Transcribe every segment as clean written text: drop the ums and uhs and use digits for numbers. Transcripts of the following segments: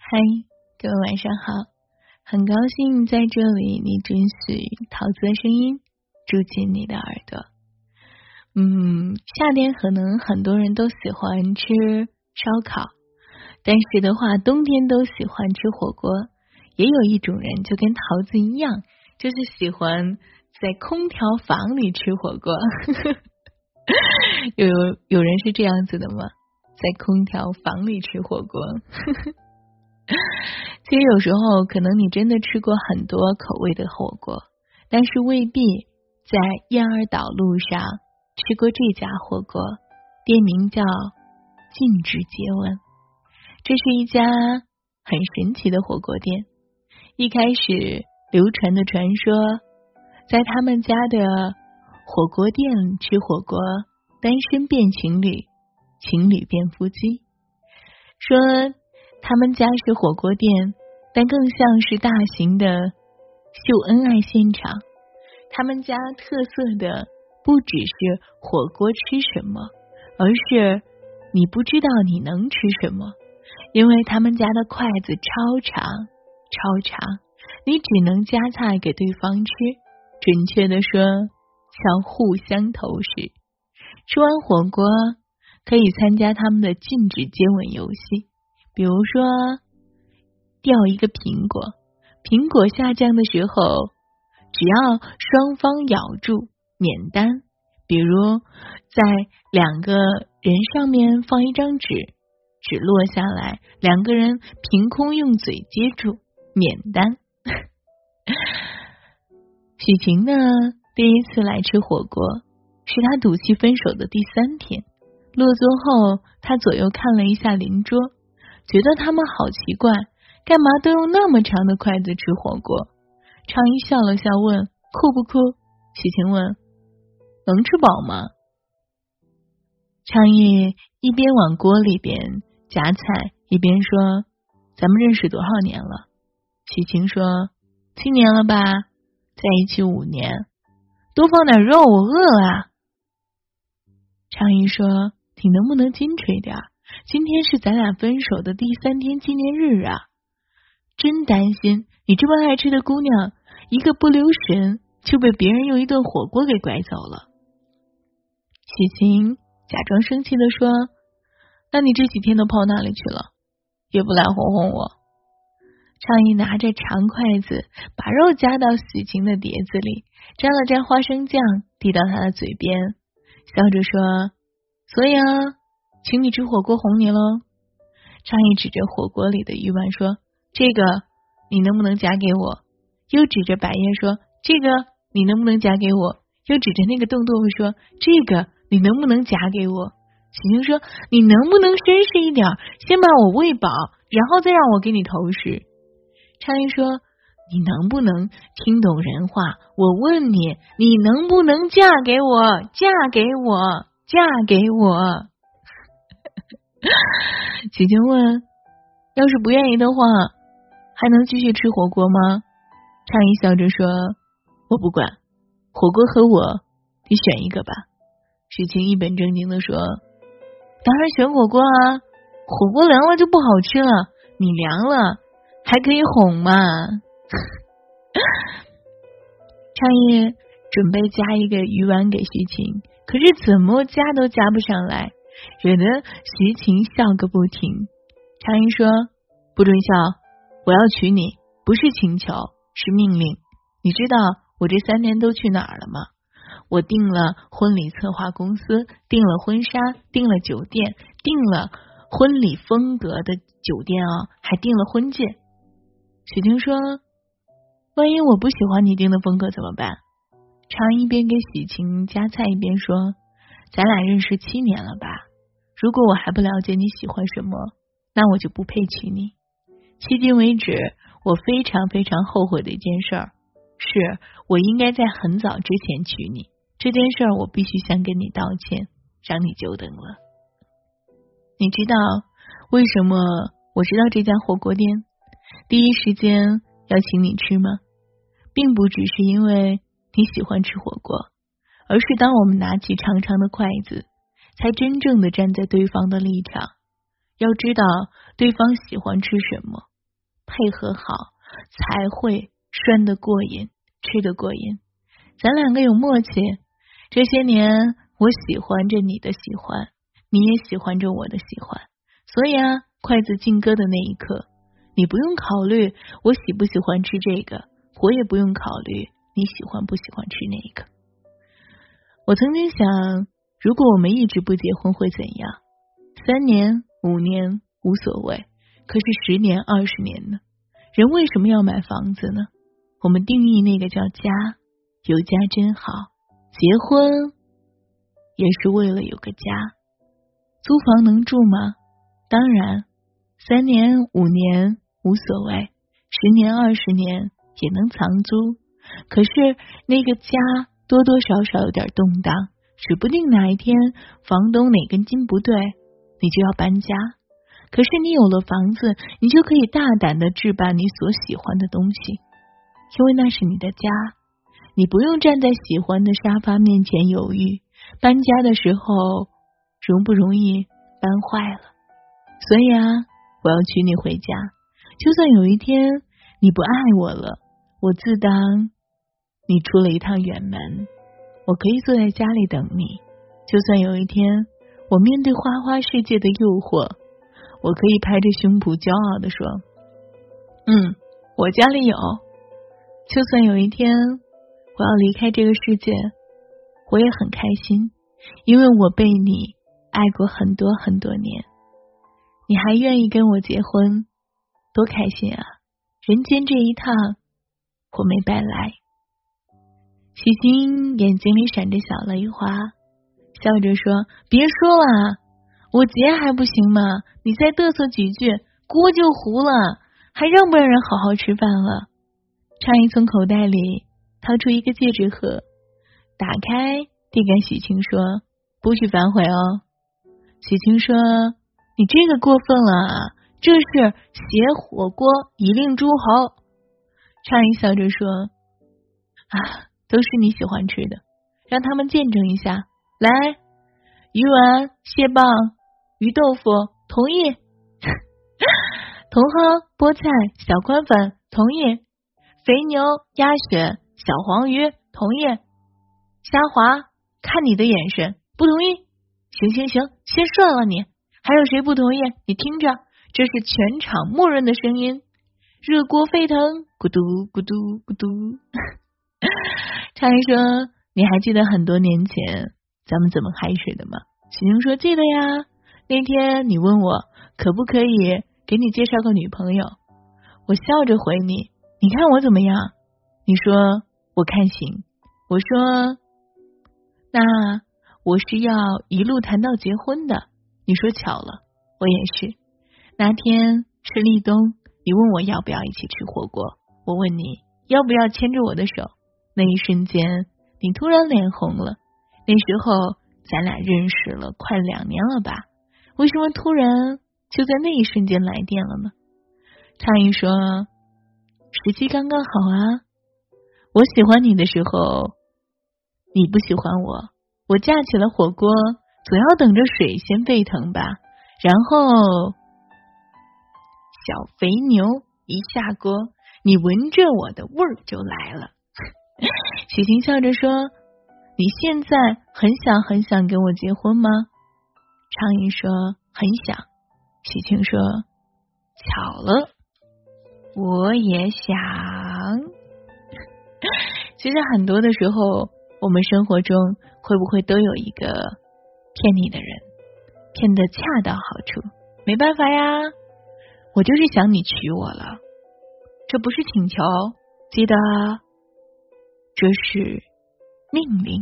嗨，各位晚上好，很高兴在这里你准许桃子的声音住进你的耳朵。夏天可能很多人都喜欢吃烧烤，但是的话冬天都喜欢吃火锅。也有一种人就跟桃子一样，就是喜欢在空调房里吃火锅。有人是这样子的吗？在空调房里吃火锅。其实有时候可能你真的吃过很多口味的火锅，但是未必在燕儿岛路上吃过这家火锅，店名叫禁止接吻。这是一家很神奇的火锅店。一开始流传的传说，在他们家的火锅店吃火锅，单身变情侣，情侣变夫妻。说他们家是火锅店，但更像是大型的秀恩爱现场。他们家特色的不只是火锅吃什么，而是你不知道你能吃什么，因为他们家的筷子超长，你只能夹菜给对方吃，准确的说叫互相投食。吃完火锅可以参加他们的禁止接吻游戏，比如说掉一个苹果下降的时候，只要双方咬住免单，比如在两个人上面放一张纸落下来，两个人凭空用嘴接住免单。许晴呢，第一次来吃火锅是他赌气分手的第3天。落座后，他左右看了一下邻桌，觉得他们好奇怪，干嘛都用那么长的筷子吃火锅。昌一笑了笑问酷不酷？许晴问能吃饱吗？昌一一边往锅里边夹菜，一边说咱们认识多少年了？许晴说7年了吧，在一起5年，多放点肉，我饿啊。昌一说你能不能矜持点？今天是咱俩分手的第3天纪念日啊！真担心你这么爱吃的姑娘，一个不留神就被别人用一顿火锅给拐走了。许晴假装生气的说，那你这几天都跑哪里去了？也不来哄哄我。昌一拿着长筷子把肉夹到许晴的碟子里，沾了沾花生酱递到她的嘴边，笑着说，所以啊，请你吃火锅哄你喽。昌一指着火锅里的鱼丸说，这个你能不能夹给我？又指着白叶说，这个你能不能夹给我？又指着那个冻豆腐说，这个你能不能夹给我？许晴说，你能不能绅士一点，先把我喂饱，然后再让我给你投食。昌一说，你能不能听懂人话？我问你，你能不能嫁给我？嫁给我，嫁给我。许晴问，要是不愿意的话，还能继续吃火锅吗？昌一笑着说，我不管，火锅和我，你选一个吧。许晴一本正经的说，当然选火锅啊，火锅凉了就不好吃了，你凉了还可以哄嘛。昌一准备夹一个鱼丸给许晴，可是怎么夹都夹不上来，惹得许晴笑个不停。昌一说，不准笑，我要娶你，不是请求，是命令。你知道我这3年都去哪儿了吗？我订了婚礼策划公司，订了婚纱，订了酒店，订了婚礼风格的酒店啊，还订了婚戒。许晴说，万一我不喜欢你订的风格怎么办？常一边给许晴夹菜一边说，咱俩认识7年了吧，如果我还不了解你喜欢什么，那我就不配娶你。迄今为止，我非常非常后悔的一件事儿，是我应该在很早之前娶你，这件事儿我必须先跟你道歉，让你久等了。你知道为什么我知道这家火锅店第一时间要请你吃吗？并不只是因为你喜欢吃火锅，而是当我们拿起长长的筷子，才真正的站在对方的立场，要知道对方喜欢吃什么， 配合好，才会拴得过瘾，吃得过瘾。咱两个有默契，这些年我喜欢着你的喜欢，你也喜欢着我的喜欢，所以啊，筷子进歌的那一刻，你不用考虑我喜不喜欢吃这个，我也不用考虑你喜欢不喜欢吃那个。我曾经想，如果我们一直不结婚会怎样？3年5年无所谓，可是10年20年呢？人为什么要买房子呢？我们定义那个叫家，有家真好。结婚也是为了有个家。租房能住吗？当然，3年5年无所谓，10年20年也能长租。可是那个家多多少少有点动荡，指不定哪一天房东哪根筋不对，你就要搬家。可是你有了房子，你就可以大胆的置办你所喜欢的东西，因为那是你的家，你不用站在喜欢的沙发面前犹豫，搬家的时候容不容易搬坏了。所以啊，我要娶你回家，就算有一天你不爱我了，我自当你出了一趟远门，我可以坐在家里等你。就算有一天我面对花花世界的诱惑，我可以拍着胸脯骄傲地说，我家里有。就算有一天我要离开这个世界，我也很开心，因为我被你爱过很多很多年，你还愿意跟我结婚，多开心啊！人间这一趟我没白来。喜星眼睛里闪着小雷花，笑着说，别说了，我结还不行吗？你再嘚瑟几句，锅就糊了，还让不让人好好吃饭了？畅意从口袋里掏出一个戒指盒，打开递给喜庆说，不许反悔哦。喜庆说，你这个过分了，这是血火锅一令诸侯。畅意笑着说，都是你喜欢吃的，让他们见证一下。来，鱼丸、蟹棒、鱼豆腐，同意。茼蒿、菠菜、小宽粉，同意。肥牛、鸭血、小黄鱼，同意。虾滑，看你的眼神，不同意。行，先算了你。还有谁不同意？你听着，这是全场默认的声音。热锅沸腾，咕嘟咕嘟咕嘟。畅意说，你还记得很多年前咱们怎么开始的吗？喜庆说，记得呀。那天你问我可不可以给你介绍个女朋友，我笑着回你，你看我怎么样？你说我看行。我说那我是要一路谈到结婚的。你说巧了，我也是。那天吃立冬，你问我要不要一起吃火锅，我问你要不要牵着我的手，那一瞬间你突然脸红了。那时候咱俩认识了快2年了吧，为什么突然就在那一瞬间来电了呢？畅意说，时机刚刚好啊，我喜欢你的时候你不喜欢我，我架起了火锅，总要等着水先沸腾吧，然后小肥牛一下锅，你闻着我的味儿就来了。喜庆笑着说，你现在很想跟我结婚吗？畅意说，很想。喜庆说，巧了，我也想。其实很多的时候，我们生活中会不会都有一个骗你的人，骗得恰到好处？没办法呀，我就是想你娶我了，这不是请求，记得这是命令。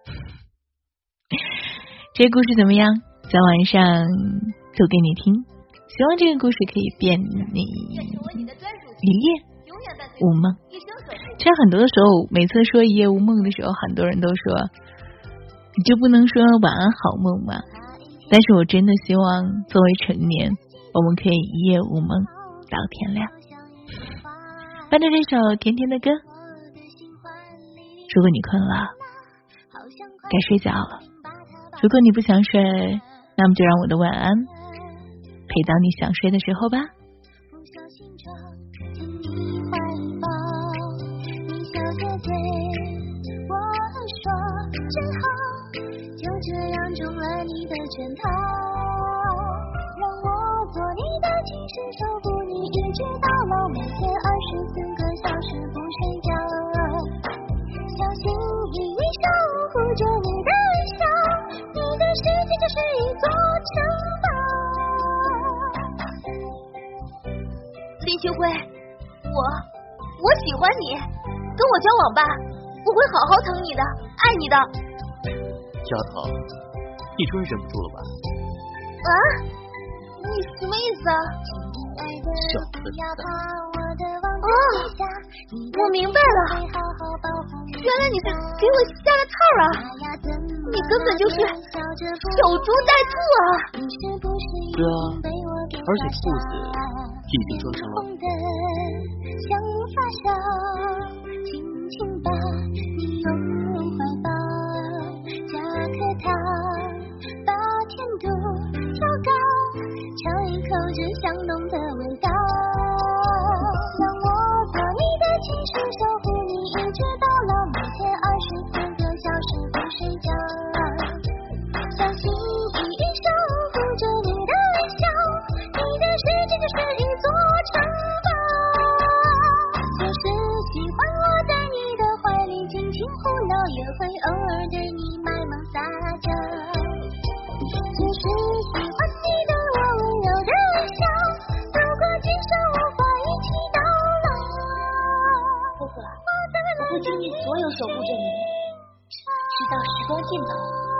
这故事怎么样？在晚上读给你听，希望这个故事可以便你一夜无梦。其实很多的时候，每次说一夜无梦的时候，很多人都说你就不能说晚安好梦吗？但是我真的希望作为成年，我们可以一夜无梦到天亮。伴着这首甜甜的歌，如果你困了，该睡觉了。如果你不想睡，那么就让我的晚安陪到你想睡的时候吧。 圈套，让我做你的情深守护你一直到老，每天24个小时不睡觉，小心翼翼守护着你的笑，你的世界就是一座城堡。 林清辉，我喜欢你，跟我交往吧，我会好好疼你的，爱你的。 丫头，你终于忍不住了吧？ 啊？你什么意思啊？ 小笨蛋！ 啊，我明白了，原来你是给我下了套啊！你根本就是守株待兔啊！ 对啊，而且兔子已经装上了。 尝一口这香浓的味道，让我做你的情深守护你一直到老，每天24个小时不睡觉，小心翼翼守护着你的笑，你的世界就是一座城堡，随时喜欢窝在你的怀里尽情胡闹，也会偶尔对你卖萌撒娇，随时喜欢你对我温柔的笑，如果今生无法一起到老， 不会，我会尽力所有守护着你，直到时光尽头。